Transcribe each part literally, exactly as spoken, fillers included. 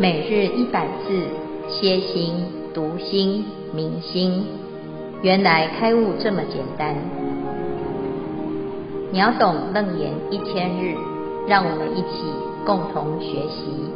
每日一百字，歇心、读心、明心，原来开悟这么简单。秒懂楞严一千日，让我们一起共同学习。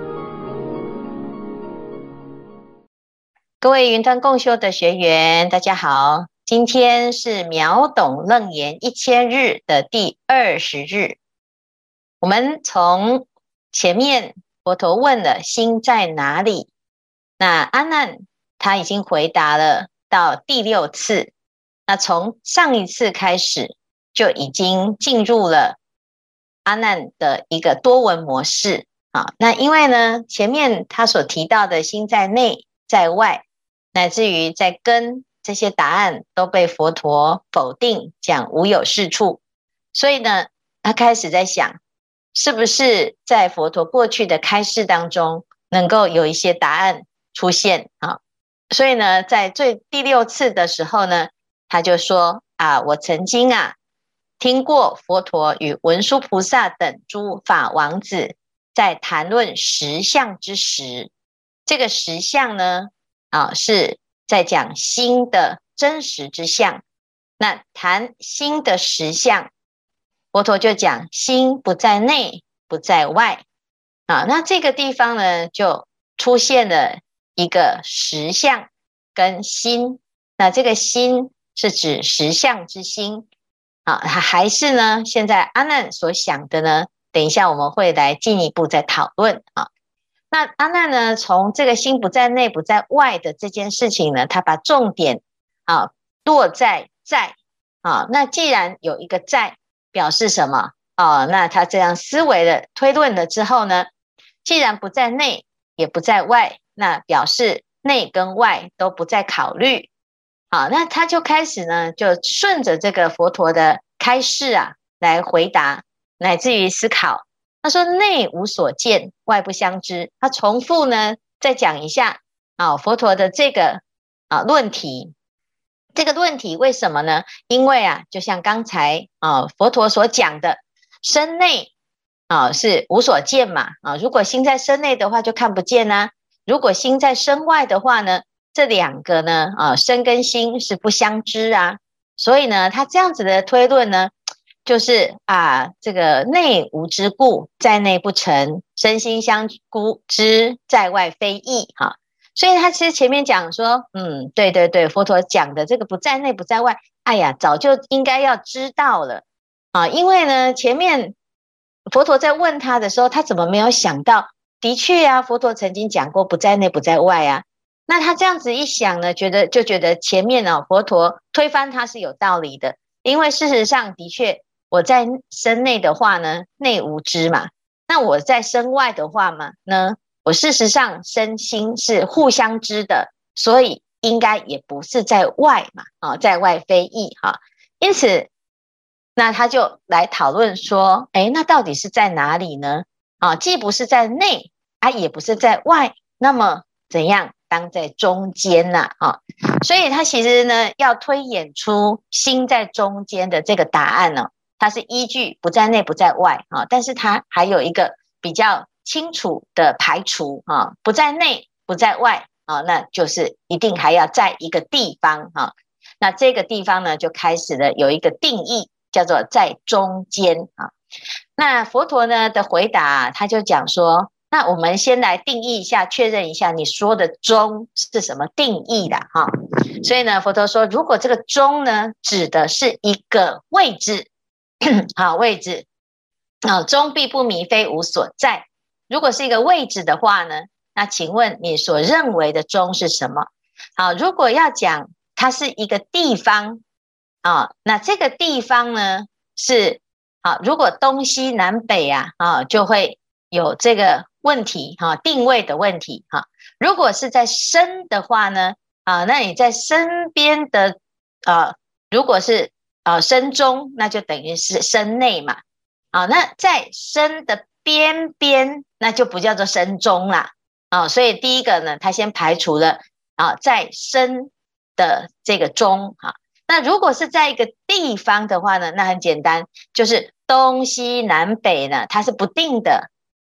各位云端共修的学员，大家好，今天是秒懂楞严一千日的第二十日。我们从前面佛陀问了心在哪里，那阿难他已经回答了到第六次，那从上一次开始就已经进入了阿难的一个多闻模式啊。那因为呢，前面他所提到的心在内在外，乃至于在根这些答案都被佛陀否定，讲无有是处，所以呢，他开始在想，是不是在佛陀过去的开示当中能够有一些答案出现啊？所以呢，在最第六次的时候呢，他就说啊，我曾经啊听过佛陀与文殊菩萨等诸法王子在谈论实相之时，这个实相呢啊是在讲心的真实之相。那谈心的实相，佛陀就讲心不在内不在外啊，那这个地方呢就出现了一个实相跟心，那这个心是指实相之心啊，还是呢现在阿难所想的呢？等一下我们会来进一步再讨论啊。那阿难呢从这个心不在内不在外的这件事情呢，他把重点啊落在在啊，那既然有一个在，表示什么？哦，那他这样思维的推论了之后呢，既然不在内也不在外，那表示内跟外都不再考虑。好，那他就开始呢就顺着这个佛陀的开示啊来回答，乃至于思考。他说内无所见，外不相知。他重复呢再讲一下啊佛陀的这个啊论题。这个论题为什么呢？因为啊就像刚才啊佛陀所讲的，身内啊是无所见嘛啊，如果心在身内的话就看不见啊，如果心在身外的话呢，这两个呢啊身跟心是不相知啊，所以呢他这样子的推论呢，就是啊这个内无之故，在内不成，身心相知，在外非异哈、啊。所以他其实前面讲说，嗯，对对对，佛陀讲的这个不在内不在外，哎呀，早就应该要知道了啊，因为呢，前面佛陀在问他的时候，他怎么没有想到？的确啊，佛陀曾经讲过不在内不在外啊。那他这样子一想呢，觉得就觉得前面呢、啊，佛陀推翻他是有道理的，因为事实上的确我在身内的话呢，内无知嘛，那我在身外的话嘛呢？我事实上身心是互相知的，所以应该也不是在外嘛，啊，在外非异哈。因此，那他就来讨论说，哎，那到底是在哪里呢？啊，既不是在内啊，也不是在外，那么怎样？当在中间呐、啊，啊，所以他其实呢要推演出心在中间的这个答案呢、哦，它是依据不在内不在外啊，但是它还有一个比较清楚的排除啊，不在内不在外啊，那就是一定还要在一个地方啊。那这个地方呢，就开始了有一个定义，叫做在中间啊。那佛陀呢的回答，他就讲说，那我们先来定义一下，确认一下你说的中是什么定义的哈。所以呢，佛陀说，如果这个中呢，指的是一个位置，好位置，啊，中必不迷，非无所在。如果是一个位置的话呢，那请问你所认为的中是什么？好，如果要讲它是一个地方啊，那这个地方呢是啊，如果东西南北啊啊，就会有这个问题哈、啊，定位的问题哈、啊。如果是在身的话呢啊，那你在身边的啊，如果是啊身中，那就等于是身内嘛。啊，那在身的边边，那就不叫做身中啦。啊，所以第一个呢，他先排除了啊，在身的这个中啊。那如果是在一个地方的话呢，那很简单，就是东西南北呢，它是不定的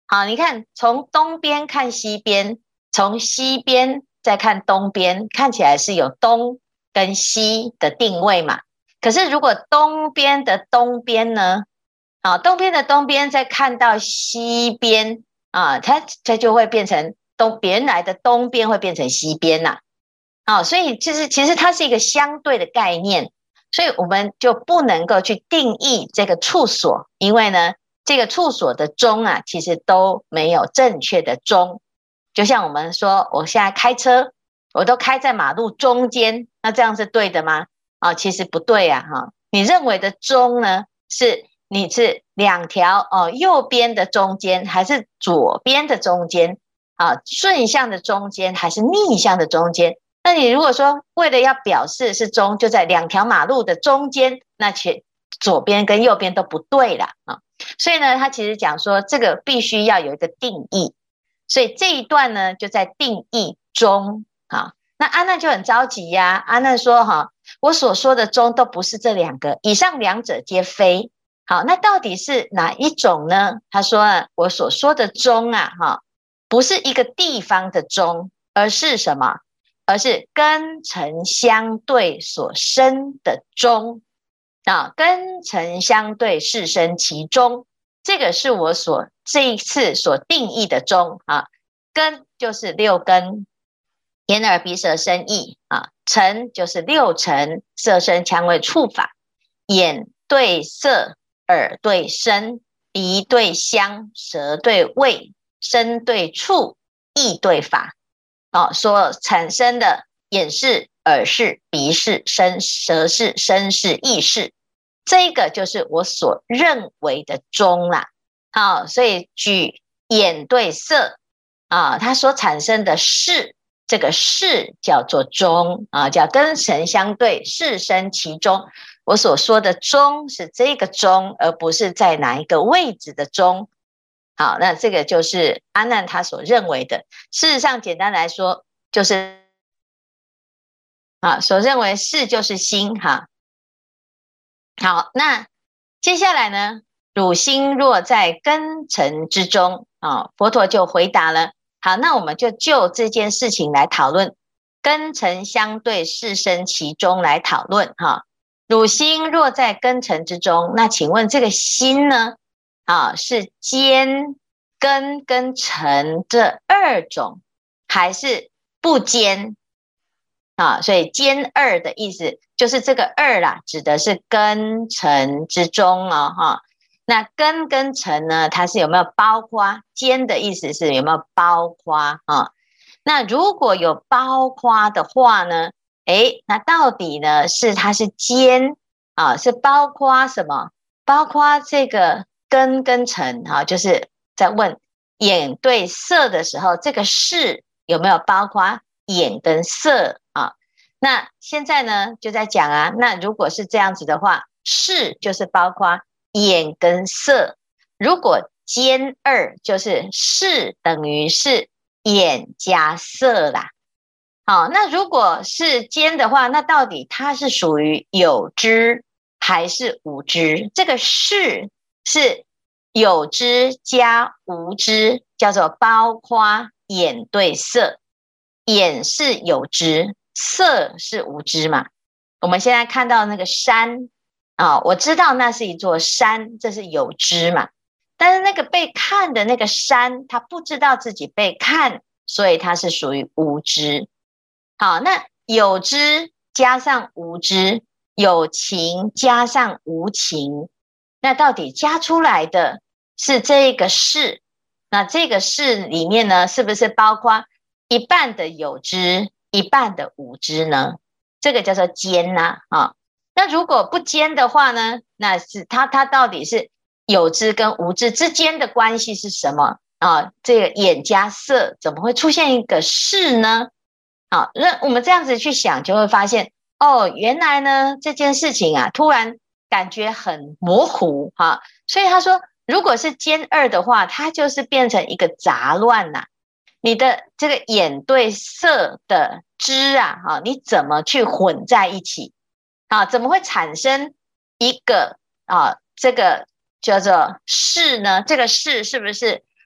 好，你看从东边看西边，从西边再看东边，看起来是有东跟西的定位嘛。可是如果东边的东边呢，啊，东边的东边再看到西边啊，它它就会变成东，原来的东边会变成西边呐、啊。啊，所以就是其实它是一个相对的概念，所以我们就不能够去定义这个处所，因为呢，这个处所的中啊，其实都没有正确的中。就像我们说，我现在开车，我都开在马路中间，那这样是对的吗？啊，其实不对啊，哈。你认为的中呢，是你是两条哦，右边的中间还是左边的中间啊？顺向的中间还是逆向的中间？那你如果说为了要表示是中，就在两条马路的中间，那其左边跟右边都不对了啊。所以呢，他其实讲说这个必须要有一个定义，所以这一段呢就在定义中啊。那阿难就很着急呀、啊，阿难说哈，我所说的中都不是这两个，以上两者皆非。好，那到底是哪一种呢？他说啊，我所说的中啊，哈，不是一个地方的中，而是什么？而是根尘相对所生的中啊，根尘相对是生其中，这个是我所这一次所定义的中啊。根就是六根，眼耳鼻舌身意啊，尘就是六尘，色声香味触法，眼对色，耳对声，鼻对香，舌对味，身对触，意对法。哦，所产生的眼视、耳视、鼻视、身舌视、身视、意视，这个就是我所认为的中啦。好、哦，所以举眼对色啊，它所产生的视，这个视叫做中啊，叫根尘相对，视生其中。我所说的中是这个中，而不是在哪一个位置的中。好，那这个就是阿难他所认为的。事实上，简单来说，就是啊，所认为是就是心哈。好，那接下来呢，汝心若在根尘之中啊，佛陀就回答了。好，那我们就就这件事情来讨论，根尘相对，是生其中来讨论哈。汝心若在根尘之中，那请问这个心呢？啊，是兼根跟尘这二种，还是不兼？啊，所以兼二的意思就是这个二啦，指的是根尘之中哦，哈。那根跟尘呢，它是有没有包括？兼的意思是有没有包括啊？那如果有包括的话呢？诶，那到底呢是它是兼啊，是包括什么？包括这个根跟尘哈，就是在问眼对色的时候，这个视有没有包括眼跟色啊？那现在呢就在讲啊，那如果是这样子的话，视就是包括眼跟色，如果兼二就是视等于是眼加色啦。好，那如果是兼的话，那到底它是属于有知还是无知？这个视是有知加无知，叫做包括眼对色，眼是有知，色是无知嘛。我们现在看到那个山啊，我知道那是一座山，这是有知嘛。但是那个被看的那个山，他不知道自己被看，所以它是属于无知。好，那有知加上无知，有情加上无情，那到底加出来的是这个事？那这个事里面呢，是不是包括一半的有知，一半的无知呢？这个叫做兼呐、啊，啊。那如果不兼的话呢，那是它它到底是有知跟无知之间的关系是什么啊？这个眼加色怎么会出现一个事呢？好，那我们这样子去想，就会发现哦，原来呢这件事情啊，突然感觉很模糊哈。所以他说，如果是兼二的话，它就是变成一个杂乱呐、啊。你的这个眼对色的知啊，哈，你怎么去混在一起啊？怎么会产生一个啊这个叫做视呢？这个视是不是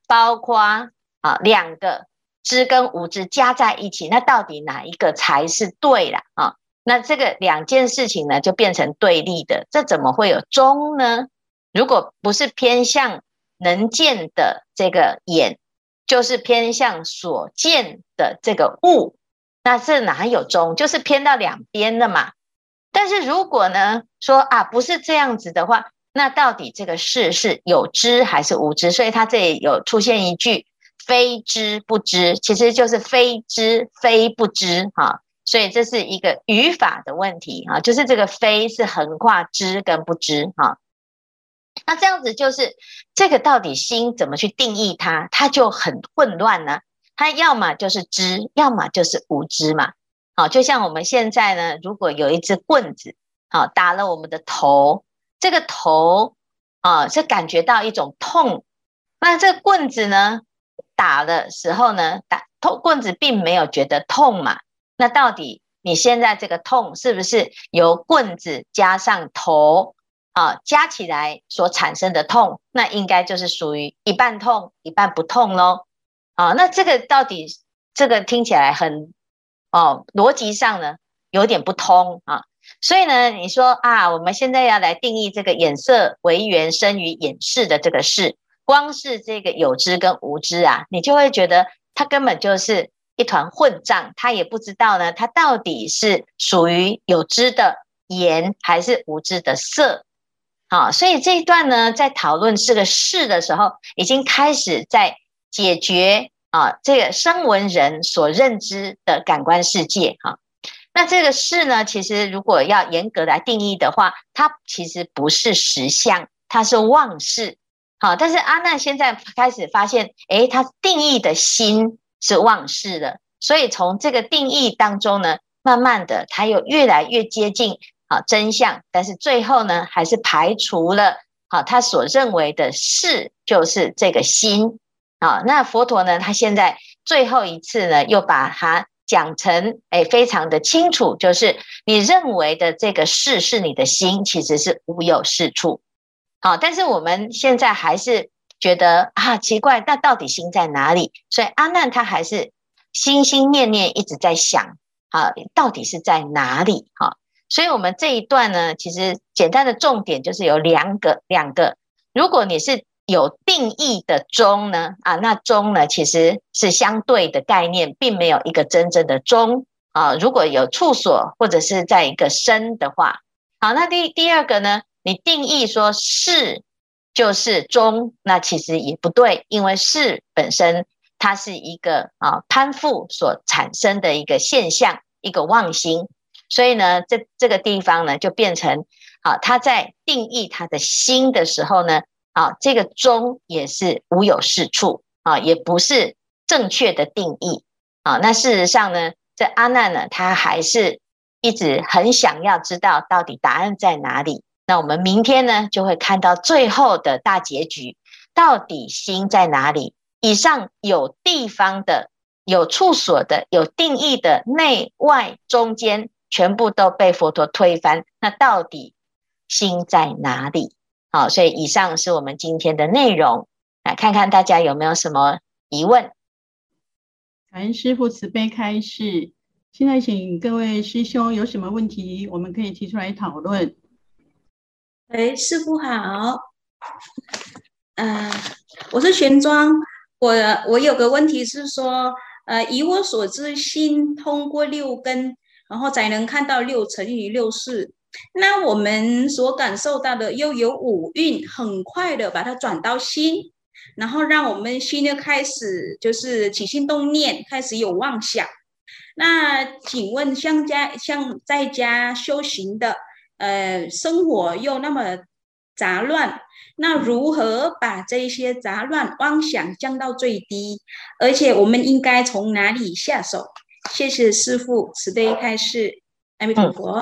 包括啊两个知跟无知加在一起，那到底哪一个才是对啦啊？那这个两件事情呢，就变成对立的，这怎么会有中呢？如果不是偏向能见的这个眼，就是偏向所见的这个物，那这哪有中？就是偏到两边的嘛。但是如果呢说啊不是这样子的话，那到底这个事是有知还是无知？所以它这里有出现一句非知不知，其实就是非知非不知哈。所以这是一个语法的问题哈，就是这个非是横跨知跟不知哈。那这样子就是这个到底心怎么去定义它，它就很混乱呢。它要么就是知，要么就是无知嘛。好，就像我们现在呢，如果有一支棍子，好打了我们的头，这个头啊是感觉到一种痛，那这棍子呢打的时候呢，打痛棍子并没有觉得痛嘛。那到底你现在这个痛是不是由棍子加上头啊加起来所产生的痛？那应该就是属于一半痛一半不痛咯。啊，那这个到底这个听起来很哦，逻辑上呢有点不通啊。所以呢，你说啊，我们现在要来定义这个眼色为缘生于眼识的这个事，光是这个有知跟无知啊，你就会觉得它根本就是一团混账，他也不知道呢，他到底是属于有知的言还是无知的色。好，所以这一段呢，在讨论这个事的时候，已经开始在解决啊这个声闻人所认知的感官世界哈。那这个事呢，其实如果要严格来定义的话，它其实不是实相，它是妄事。好，但是阿难现在开始发现，诶，他定义的心是妄事的，所以从这个定义当中呢，慢慢的他又越来越接近好真相，但是最后呢，还是排除了好他所认为的事就是这个心。好，那佛陀呢，他现在最后一次呢，又把它讲成诶非常的清楚，就是你认为的这个事是你的心，其实是无有是处。好，但是我们现在还是觉得啊奇怪，那到底心在哪里？所以阿难他还是心心念念一直在想啊，到底是在哪里？哈，所以我们这一段呢，其实简单的重点就是有两个，两个。如果你是有定义的中呢，啊，那中呢其实是相对的概念，并没有一个真正的中啊。如果有处所或者是在一个身的话，好，那第第二个呢？你定义说事就是中，那其实也不对，因为事本身它是一个啊攀附所产生的一个现象，一个妄心，所以呢，这这个地方呢就变成啊，他在定义他的心的时候呢，啊，这个中也是无有是处啊，也不是正确的定义啊。那事实上呢，这阿难呢，他还是一直很想要知道到底答案在哪里。那我们明天呢，就会看到最后的大结局，到底心在哪里？以上有地方的、有处所的、有定义的、内外中间，全部都被佛陀推翻。那到底心在哪里？好，所以以上是我们今天的内容，来看看大家有没有什么疑问。 感恩师父慈悲开示。现在请各位师兄有什么问题，我们可以提出来讨论。 哎，师父好，呃，我是玄奘，我我有个问题是说，呃，以我所知，心通过六根，然后才能看到六尘与六识。那我们所感受到的又有五蕴，很快的把它转到心，然后让我们心就开始就是起心动念，开始有妄想。那请问像家像在家修行的。呃，生活又那么杂乱，那如何把这些杂乱妄想降到最低？而且我们应该从哪里下手？谢谢师父慈悲开示，阿弥陀佛。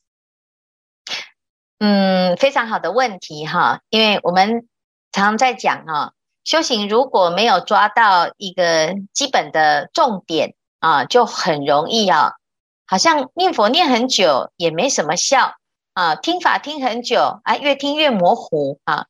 嗯，非常好的问题哈，因为我们常常在讲哈，修行如果没有抓到一个基本的重点啊，就很容易啊，好像念佛念很久也没什么效。啊，听法听很久啊，越听越模糊啊，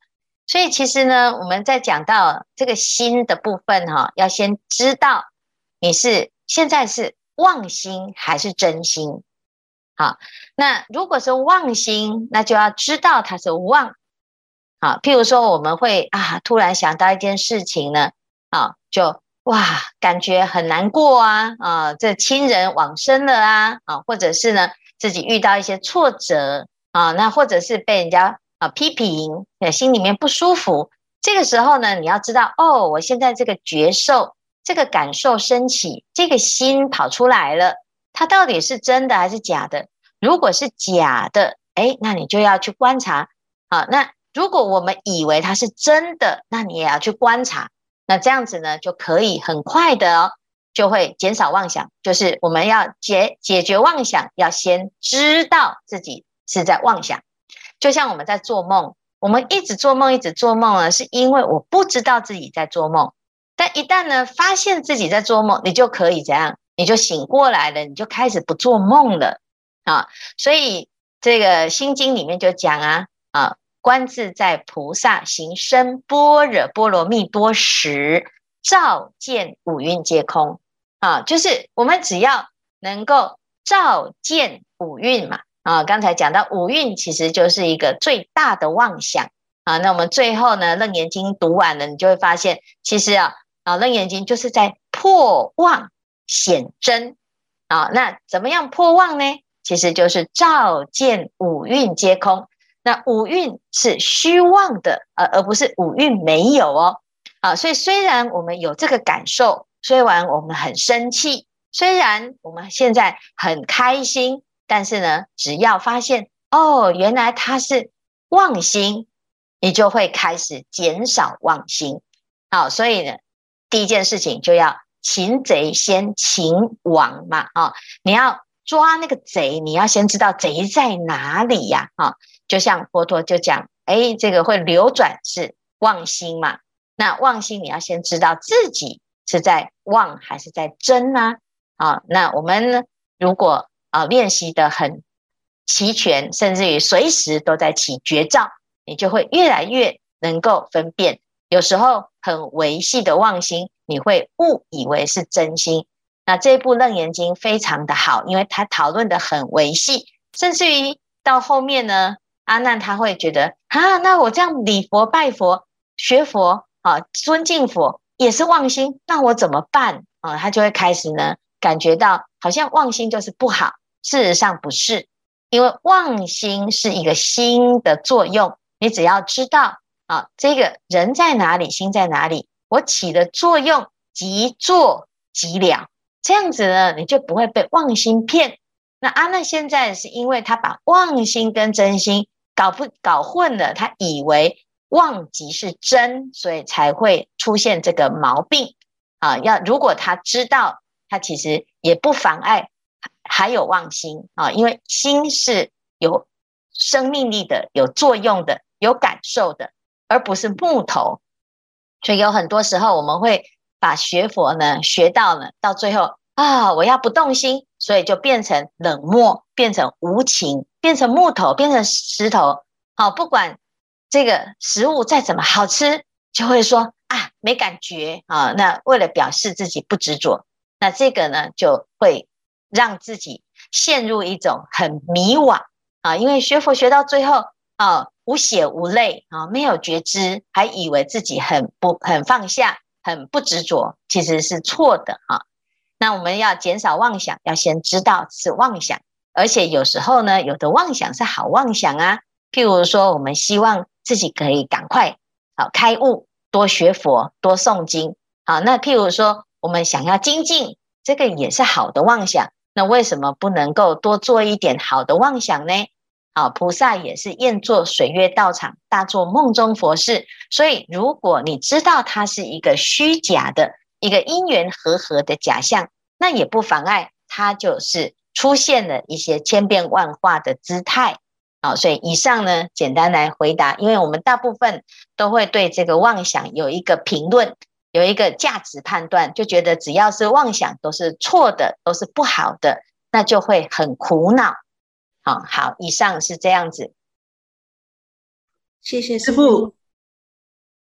所以其实呢，我们在讲到这个心的部分哈，要先知道你是现在是妄心还是真心。好，那如果是妄心，那就要知道它是妄。好，譬如说我们会啊，突然想到一件事情呢，啊，就哇，感觉很难过啊，啊，这亲人往生了啊，啊，或者是呢自己遇到一些挫折啊，那或者是被人家啊批评，心里面不舒服。这个时候呢，你要知道哦，我现在这个觉受，这个感受升起，这个心跑出来了，它到底是真的还是假的？如果是假的，哎，那你就要去观察。好，那如果我们以为它是真的，那你也要去观察。那这样子呢，就可以很快的哦，就会减少妄想。就是我们要解解决妄想，要先知道自己是在妄想。就像我们在做梦，我们一直做梦，一直做梦呢，是因为我不知道自己在做梦。但一旦呢发现自己在做梦，你就可以怎样？你就醒过来了，你就开始不做梦了啊。所以这个心经里面就讲啊啊。观自在菩萨行深般若波罗蜜多时，照见五蕴皆空啊，就是我们只要能够照见五蕴嘛啊，刚才讲到五蕴其实就是一个最大的妄想啊。那我们最后呢，楞严经读完了，你就会发现，其实啊啊，楞严经就是在破妄显真啊。那怎么样破妄呢？其实就是照见五蕴皆空。那五蕴是虚妄的，呃，而不是五蕴没有哦。啊，所以虽然我们有这个感受，虽然我们很生气，虽然我们现在很开心，但是呢，只要发现哦，原来它是妄心，你就会开始减少妄心。好，所以呢，第一件事情就要擒贼先擒王嘛，啊，你要抓那个贼，你要先知道贼在哪里呀，啊。就像佛陀就讲，哎，这个会流转是妄心嘛？那妄心你要先知道自己是在妄还是在真呢？啊，那我们呢，如果啊练习的很齐全，甚至于随时都在起觉照，你就会越来越能够分辨。有时候很微细的妄心，你会误以为是真心。那这一部楞严经非常的好，因为它讨论的很微细，甚至于到后面呢。阿难他会觉得啊，那我这样礼佛拜佛学佛啊，尊敬佛也是妄心，那我怎么办啊？他就会开始呢感觉到好像妄心就是不好，事实上不是，因为妄心是一个心的作用，你只要知道啊，这个人在哪里，心在哪里，我起的作用即作即了，这样子呢你就不会被妄心骗。那阿难现在是因为他把妄心跟真心搞不搞混了，他以为妄即是真，所以才会出现这个毛病啊。要如果他知道，他其实也不妨碍还有妄心啊，因为心是有生命力的、有作用的、有感受的，而不是木头。所以有很多时候我们会把学佛呢学到了，到最后啊，我要不动心，所以就变成冷漠，变成无情，变成木头，变成石头。好，不管这个食物再怎么好吃，就会说啊没感觉啊。那为了表示自己不执着，那这个呢就会让自己陷入一种很迷惘啊。因为学佛学到最后啊，无血无泪啊，没有觉知，还以为自己很不很放下，很不执着，其实是错的啊。那我们要减少妄想，要先知道是妄想，而且有时候呢，有的妄想是好妄想啊。譬如说，我们希望自己可以赶快好开悟，多学佛，多诵经。好，那譬如说，我们想要精进，这个也是好的妄想。那为什么不能够多做一点好的妄想呢？好，菩萨也是愿做水月道场，大做梦中佛事。所以，如果你知道它是一个虚假的，一个因缘和合的假象，那也不妨碍它就是出现了一些千变万化的姿态。好，所以以上呢简单来回答，因为我们大部分都会对这个妄想有一个评论，有一个价值判断，就觉得只要是妄想都是错的，都是不好的，那就会很苦恼。好好，以上是这样子。 谢谢师父。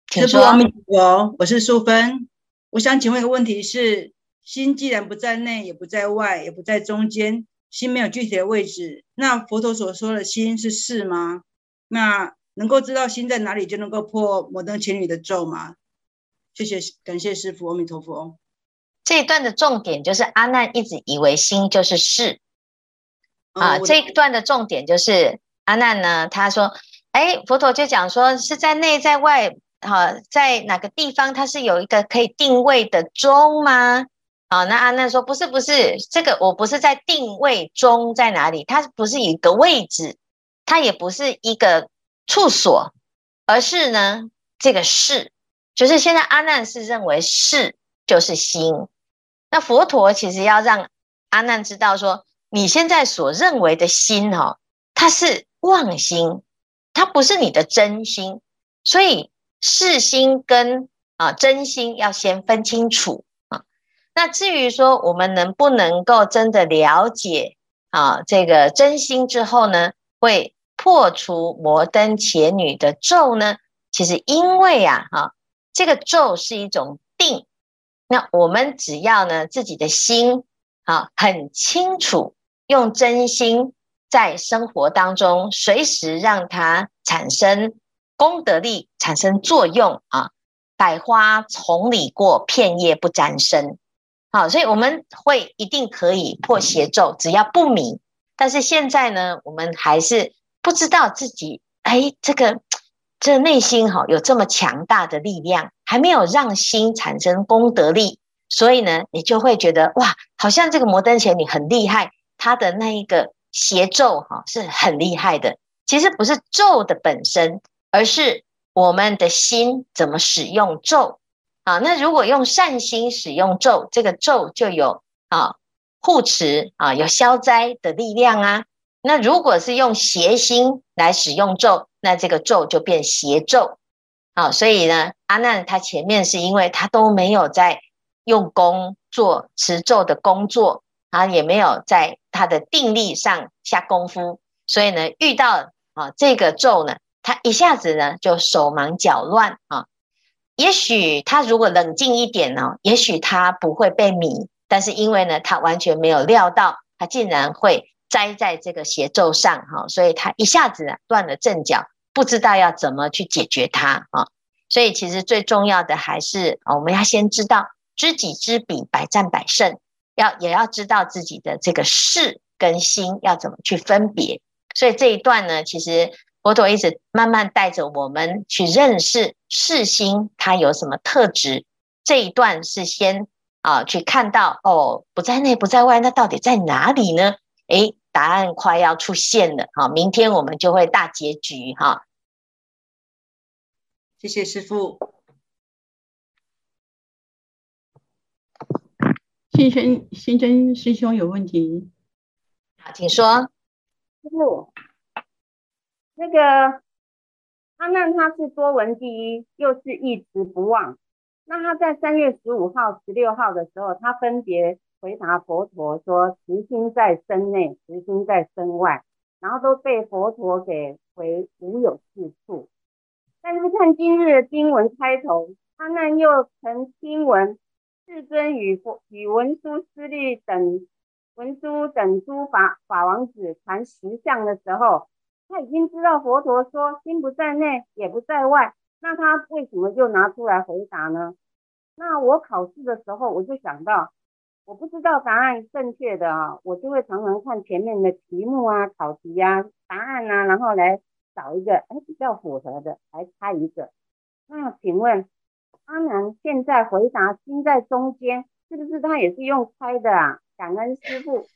请说。 师父阿弥陀佛，我是淑芬。我想请问一个问题是：心既然不在内，也不在外，也不在中间，心没有具体的位置，那佛陀所说的心是事吗？那能够知道心在哪里，就能够破摩登伽女的咒吗？谢谢，感谢师父，阿弥陀佛。 这一段的重点就是阿难一直以为心就是事啊，这一段的重点就是阿难呢，他说，哎，佛陀就讲说是在内在外，啊，在哪个地方它是有一个可以定位的中吗？啊，那阿难说不是不是，这个我不是在定位中在哪里，它不是一个位置，它也不是一个处所，而是呢这个事，就是现在阿难是认为事就是心。那佛陀其实要让阿难知道说，你现在所认为的心哦，它是妄心，它不是你的真心，所以事心跟啊真心要先分清楚啊。那至于说我们能不能够真的了解啊这个真心之后呢，会破除摩登伽女的咒呢？其实因为啊哈，这个咒是一种定。那我们只要呢自己的心啊很清楚，用真心在生活当中随时让它产生功德力，产生作用啊，百花丛里过，片叶不沾身。好，所以我们会一定可以破邪咒，只要不迷。但是现在呢，我们还是不知道自己，哎，这个这内心哈、哦、有这么强大的力量，还没有让心产生功德力，所以呢，你就会觉得哇，好像这个摩登伽女很厉害，她的那一个邪咒哈、哦、是很厉害的。其实不是咒的本身，而是我们的心怎么使用咒啊？那如果用善心使用咒，这个咒就有啊护持啊，有消灾的力量啊。那如果是用邪心来使用咒，那这个咒就变邪咒。好，所以呢，阿难他前面是因为他都没有在用功做持咒的工作，啊，也没有在他的定力上下功夫，所以呢，遇到啊这个咒呢，他一下子呢就手忙脚乱啊。也许他如果冷静一点呢，也许他不会被迷，但是因为呢，他完全没有料到，他竟然会栽在这个邪咒上哈，所以他一下子断了阵脚，不知道要怎么去解决它啊。所以其实最重要的还是我们要先知道知己知彼，百战百胜，要也要知道自己的这个事跟心要怎么去分别。所以这一段呢，其实佛陀一直慢慢带着我们去认识事心它有什么特质。这一段是先啊去看到哦，不在内不在外，那到底在哪里呢？诶，答案快要出现了哈，明天我们就会大结局哈。 谢谢师父。 新生新真师兄有问题， 好，请说。 师父，那个阿难他是多闻第一，又是一直不忘。那他在三月十五号、十六号的时候，他分别回答佛陀说：“慈心在身内，慈心在身外。”然后都被佛陀给回无有是处。但是看今日的经文开头，阿难又曾听闻世尊与佛与文殊师利等文殊等诸法法王子传实相的时候，他已经知道佛陀说心不在内也不在外，那他为什么就拿出来回答呢？那我考试的时候我就想到，我不知道答案正确的啊，我就会常常看前面的题目啊、考题啊、答案啊，然后来找一个哎比较符合的来猜一个。那请问阿难现在回答心在中间，是不是他也是用猜的啊？感恩师父。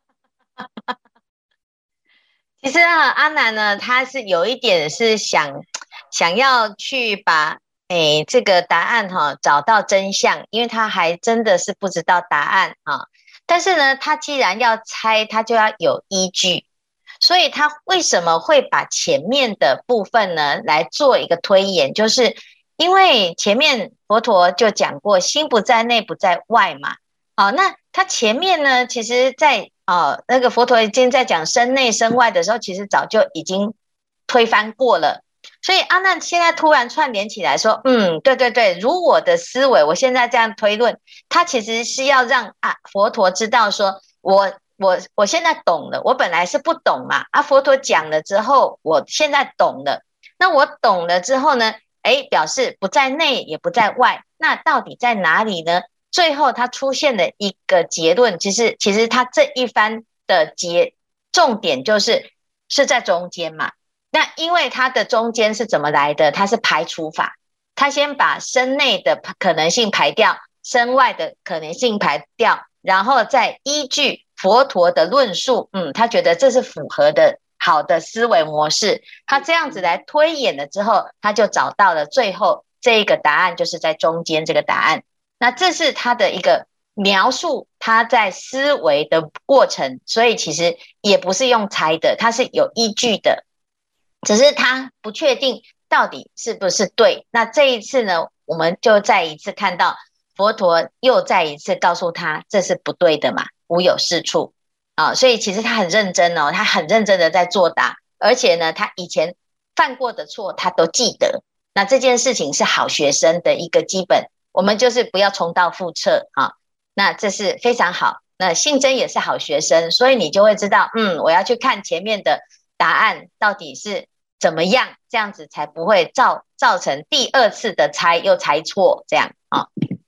其实啊，阿难呢，他是有一点是想想要去把诶这个答案哈、哦、找到真相，因为他还真的是不知道答案哈、哦。但是呢，他既然要猜，他就要有依据，所以他为什么会把前面的部分呢来做一个推演，就是因为前面佛陀就讲过心不在内不在外嘛。好，那他前面呢，其实在哦，那个佛陀已经在讲身内身外的时候，其实早就已经推翻过了所以阿难现在突然串联起来说，嗯，对对对，如我的思维，我现在这样推论，他其实是要让啊佛陀知道说，我我我现在懂了，我本来是不懂嘛，啊佛陀讲了之后，我现在懂了，那我懂了之后呢，哎，表示不在内也不在外，那到底在哪里呢？最后他出现了一个结论，其实其实他这一番的结重点就是是在中间嘛。那因为它的中间是怎么来的？它是排除法，它先把身内的可能性排掉，身外的可能性排掉，然后再依据佛陀的论述，嗯，他觉得这是符合的好的思维模式，他这样子来推演了之后，他就找到了最后这一个答案，就是在中间这个答案。那这是他的一个描述他在思维的过程，所以其实也不是用猜的，它是有依据的，只是他不确定到底是不是对。那这一次呢，我们就再一次看到佛陀又再一次告诉他这是不对的嘛，无有是处啊，所以其实他很认真哦，他很认真的在作答，而且呢，他以前犯过的错他都记得。那这件事情是好学生的一个基本，我们就是不要重蹈覆辙啊。那这是非常好。那信真也是好学生，所以你就会知道，嗯，我要去看前面的答案到底是怎么样，这样子才不会造造成第二次的猜又猜错这样啊。